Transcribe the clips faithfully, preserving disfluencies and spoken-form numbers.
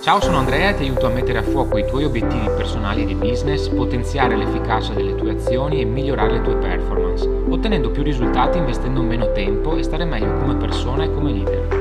Ciao, sono Andrea e ti aiuto a mettere a fuoco i tuoi obiettivi personali e di business, potenziare l'efficacia delle tue azioni e migliorare le tue performance, ottenendo più risultati investendo meno tempo e stare meglio come persona e come leader.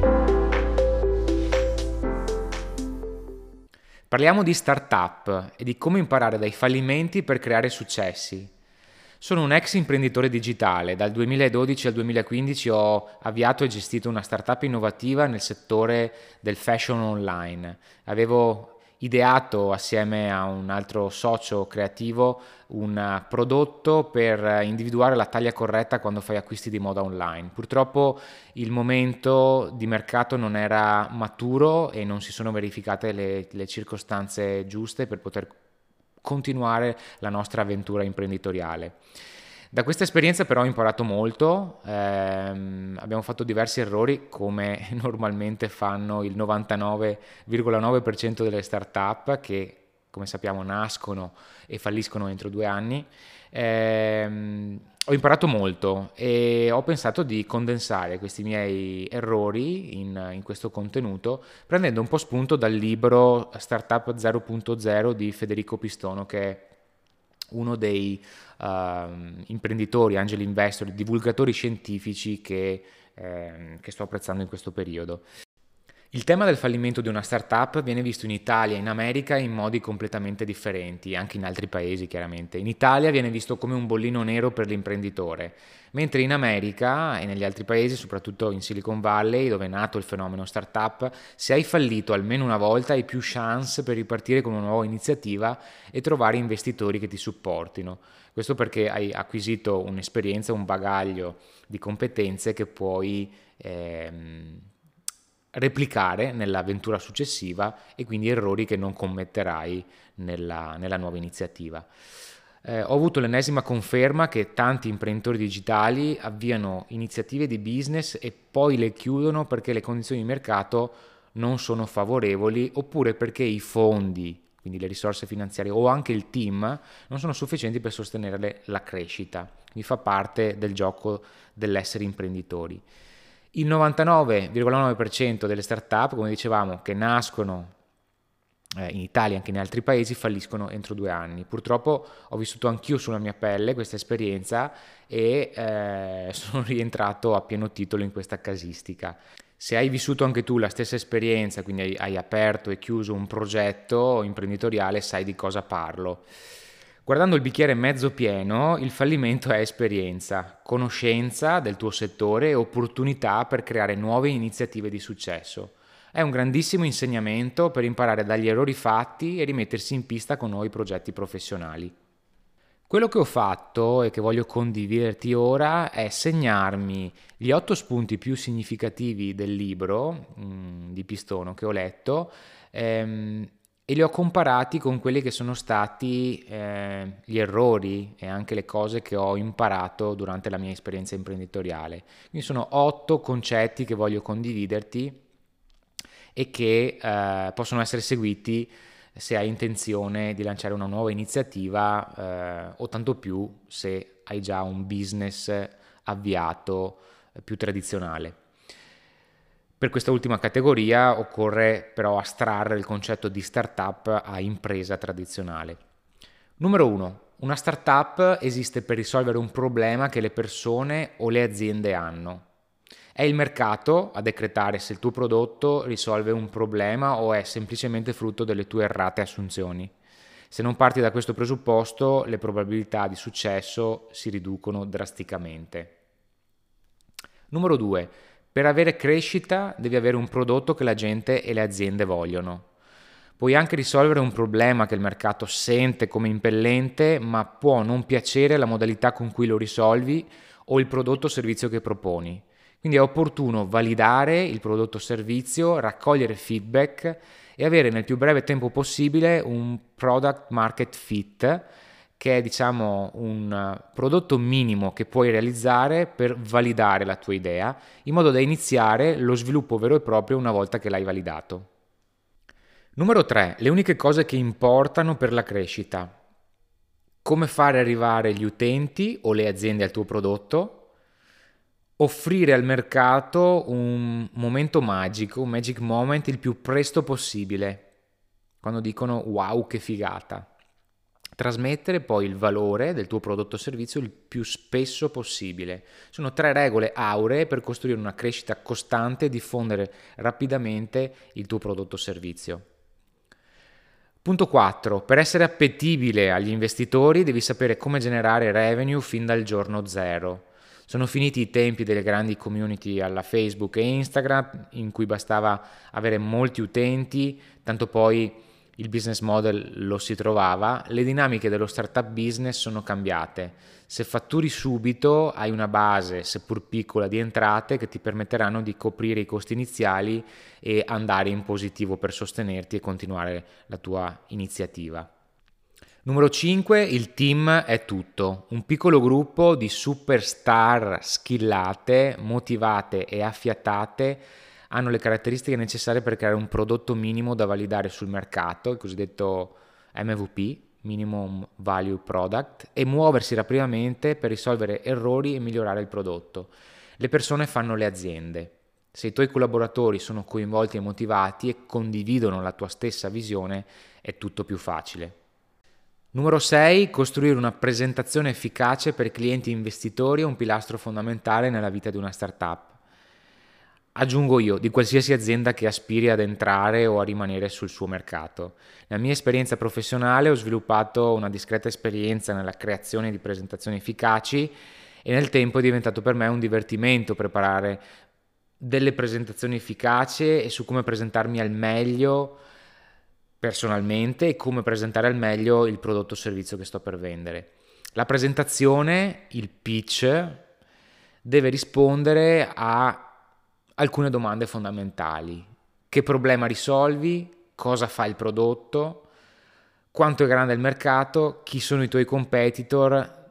Parliamo di startup e di come imparare dai fallimenti per creare successi. Sono un ex imprenditore digitale, dal duemiladodici al duemilaquindici ho avviato e gestito una startup innovativa nel settore del fashion online. Avevo ideato assieme a un altro socio creativo un prodotto per individuare la taglia corretta quando fai acquisti di moda online. Purtroppo il momento di mercato non era maturo e non si sono verificate le, le circostanze giuste per poter continuare la nostra avventura imprenditoriale. Da questa esperienza però ho imparato molto, ehm, abbiamo fatto diversi errori come normalmente fanno il novantanove virgola nove per cento delle startup che, come sappiamo, nascono e falliscono entro due anni. Ehm, ho imparato molto e ho pensato di condensare questi miei errori in, in questo contenuto, prendendo un po' spunto dal libro Startup zero punto zero di Federico Pistono, che è uno dei uh, imprenditori, angel investor, divulgatori scientifici che, eh, che sto apprezzando in questo periodo. Il tema del fallimento di una startup viene visto in Italia e in America in modi completamente differenti, anche in altri paesi chiaramente. In Italia viene visto come un bollino nero per l'imprenditore, mentre in America e negli altri paesi, soprattutto in Silicon Valley, dove è nato il fenomeno startup, se hai fallito almeno una volta hai più chance per ripartire con una nuova iniziativa e trovare investitori che ti supportino. Questo perché hai acquisito un'esperienza, un bagaglio di competenze che puoi ehm, replicare nell'avventura successiva e quindi errori che non commetterai nella, nella nuova iniziativa. Eh, ho avuto l'ennesima conferma che tanti imprenditori digitali avviano iniziative di business e poi le chiudono perché le condizioni di mercato non sono favorevoli oppure perché i fondi, quindi le risorse finanziarie o anche il team, non sono sufficienti per sostenere la crescita. Quindi fa parte del gioco dell'essere imprenditori. Il novantanove virgola nove per cento delle start-up, come dicevamo, che nascono eh, in Italia e anche in altri paesi, falliscono entro due anni. Purtroppo ho vissuto anch'io sulla mia pelle questa esperienza e eh, sono rientrato a pieno titolo in questa casistica. Se hai vissuto anche tu la stessa esperienza, quindi hai, hai aperto e chiuso un progetto imprenditoriale, sai di cosa parlo. Guardando il bicchiere mezzo pieno, il fallimento è esperienza, conoscenza del tuo settore e opportunità per creare nuove iniziative di successo. È un grandissimo insegnamento per imparare dagli errori fatti e rimettersi in pista con nuovi progetti professionali. Quello che ho fatto e che voglio condividerti ora è segnarmi gli otto spunti più significativi del libro mh, di Pistono che ho letto ehm, e li ho comparati con quelli che sono stati eh, gli errori e anche le cose che ho imparato durante la mia esperienza imprenditoriale. Quindi sono otto concetti che voglio condividerti e che eh, possono essere seguiti se hai intenzione di lanciare una nuova iniziativa eh, o tanto più se hai già un business avviato eh, più tradizionale. Per questa ultima categoria occorre però astrarre il concetto di startup a impresa tradizionale. Numero uno. Una startup esiste per risolvere un problema che le persone o le aziende hanno. È il mercato a decretare se il tuo prodotto risolve un problema o è semplicemente frutto delle tue errate assunzioni. Se non parti da questo presupposto, le probabilità di successo si riducono drasticamente. Numero due. Per avere crescita devi avere un prodotto che la gente e le aziende vogliono. Puoi anche risolvere un problema che il mercato sente come impellente, ma può non piacere la modalità con cui lo risolvi o il prodotto o servizio che proponi. Quindi è opportuno validare il prodotto o servizio, raccogliere feedback e avere nel più breve tempo possibile un product market fit, che è diciamo un prodotto minimo che puoi realizzare per validare la tua idea, in modo da iniziare lo sviluppo vero e proprio una volta che l'hai validato. Numero tre. Le uniche cose che importano per la crescita. Come fare arrivare gli utenti o le aziende al tuo prodotto, offrire al mercato un momento magico, un magic moment il più presto possibile, quando dicono wow che figata. Trasmettere poi il valore del tuo prodotto o servizio il più spesso possibile. Sono tre regole auree per costruire una crescita costante e diffondere rapidamente il tuo prodotto o servizio. Punto quattro. Per essere appetibile agli investitori devi sapere come generare revenue fin dal giorno zero. Sono finiti i tempi delle grandi community alla Facebook e Instagram in cui bastava avere molti utenti, tanto poi il business model lo si trovava. Le dinamiche dello startup business sono cambiate. Se fatturi subito hai una base, seppur piccola, di entrate che ti permetteranno di coprire i costi iniziali e andare in positivo per sostenerti e continuare la tua iniziativa. Numero cinque. Il team è tutto. Un piccolo gruppo di superstar skillate, motivate e affiatate hanno le caratteristiche necessarie per creare un prodotto minimo da validare sul mercato, il cosiddetto M V P, Minimum Value Product, e muoversi rapidamente per risolvere errori e migliorare il prodotto. Le persone fanno le aziende. Se i tuoi collaboratori sono coinvolti e motivati e condividono la tua stessa visione, è tutto più facile. Numero sei. Costruire una presentazione efficace per clienti e investitori è un pilastro fondamentale nella vita di una startup. Aggiungo io, di qualsiasi azienda che aspiri ad entrare o a rimanere sul suo mercato. Nella mia esperienza professionale ho sviluppato una discreta esperienza nella creazione di presentazioni efficaci e nel tempo è diventato per me un divertimento preparare delle presentazioni efficaci e su come presentarmi al meglio personalmente e come presentare al meglio il prodotto o servizio che sto per vendere. La presentazione, il pitch, deve rispondere a alcune domande fondamentali. Che problema risolvi? Cosa fa il prodotto? Quanto è grande il mercato? Chi sono i tuoi competitor?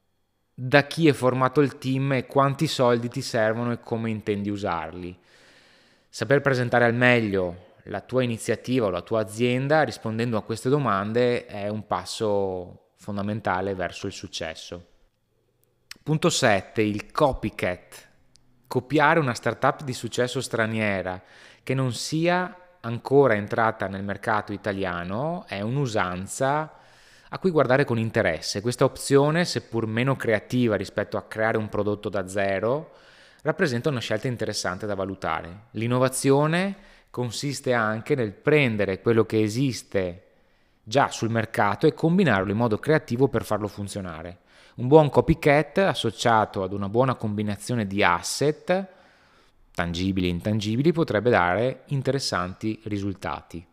Da chi è formato il team e quanti soldi ti servono e come intendi usarli? Saper presentare al meglio la tua iniziativa o la tua azienda rispondendo a queste domande è un passo fondamentale verso il successo. Punto sette. Il copycat. Copiare una startup di successo straniera che non sia ancora entrata nel mercato italiano è un'usanza a cui guardare con interesse. Questa opzione, seppur meno creativa rispetto a creare un prodotto da zero, rappresenta una scelta interessante da valutare. L'innovazione consiste anche nel prendere quello che esiste già sul mercato e combinarlo in modo creativo per farlo funzionare. Un buon copycat associato ad una buona combinazione di asset, tangibili e intangibili, potrebbe dare interessanti risultati.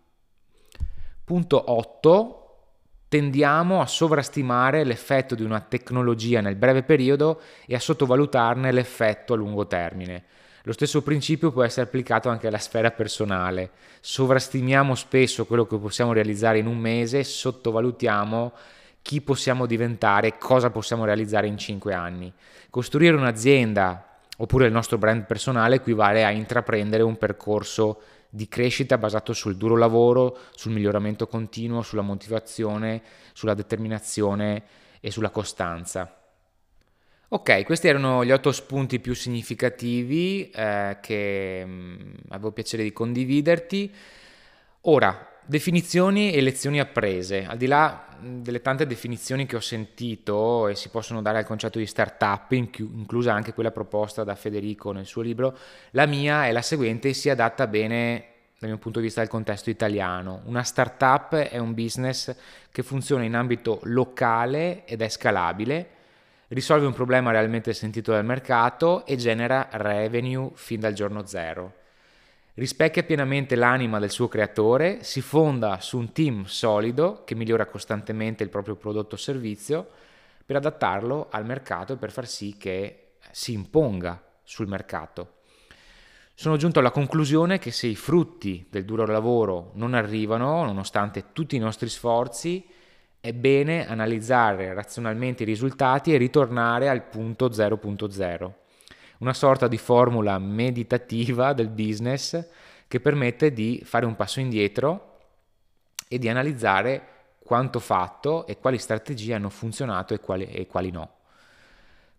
Punto otto. Tendiamo a sovrastimare l'effetto di una tecnologia nel breve periodo e a sottovalutarne l'effetto a lungo termine. Lo stesso principio può essere applicato anche alla sfera personale. Sovrastimiamo spesso quello che possiamo realizzare in un mese e sottovalutiamo chi possiamo diventare e cosa possiamo realizzare in cinque anni. Costruire un'azienda oppure il nostro brand personale equivale a intraprendere un percorso di crescita basato sul duro lavoro, sul miglioramento continuo, sulla motivazione, sulla determinazione e sulla costanza. Ok, questi erano gli otto spunti più significativi eh, che mh, avevo piacere di condividerti. Ora, definizioni e lezioni apprese. Al di là delle tante definizioni che ho sentito e si possono dare al concetto di startup, inclusa anche quella proposta da Federico nel suo libro, la mia è la seguente e si adatta bene dal mio punto di vista al contesto italiano. Una startup è un business che funziona in ambito locale ed è scalabile, risolve un problema realmente sentito dal mercato e genera revenue fin dal giorno zero. Rispecchia pienamente l'anima del suo creatore, si fonda su un team solido che migliora costantemente il proprio prodotto o servizio per adattarlo al mercato e per far sì che si imponga sul mercato. Sono giunto alla conclusione che se i frutti del duro lavoro non arrivano, nonostante tutti i nostri sforzi, è bene analizzare razionalmente i risultati e ritornare al punto zero punto zero. Una sorta di formula meditativa del business che permette di fare un passo indietro e di analizzare quanto fatto e quali strategie hanno funzionato e quali, e quali no.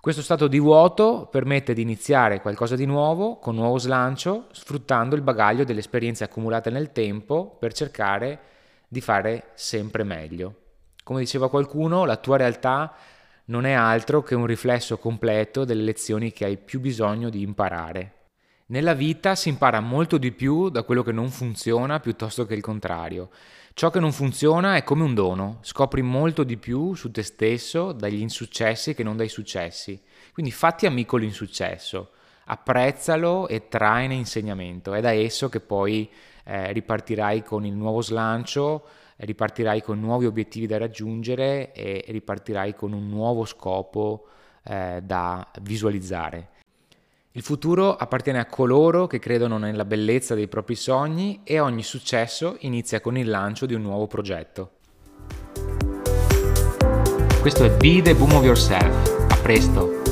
Questo stato di vuoto permette di iniziare qualcosa di nuovo, con nuovo slancio, sfruttando il bagaglio delle esperienze accumulate nel tempo per cercare di fare sempre meglio. Come diceva qualcuno, la tua realtà non è altro che un riflesso completo delle lezioni che hai più bisogno di imparare. Nella vita si impara molto di più da quello che non funziona piuttosto che il contrario. Ciò che non funziona è come un dono, scopri molto di più su te stesso dagli insuccessi che non dai successi. Quindi fatti amico l'insuccesso, apprezzalo e traine insegnamento. È da esso che poi eh, ripartirai con il nuovo slancio, ripartirai con nuovi obiettivi da raggiungere e ripartirai con un nuovo scopo eh, da visualizzare. Il futuro appartiene a coloro che credono nella bellezza dei propri sogni e ogni successo inizia con il lancio di un nuovo progetto. Questo è Be the Boom of Yourself. A presto!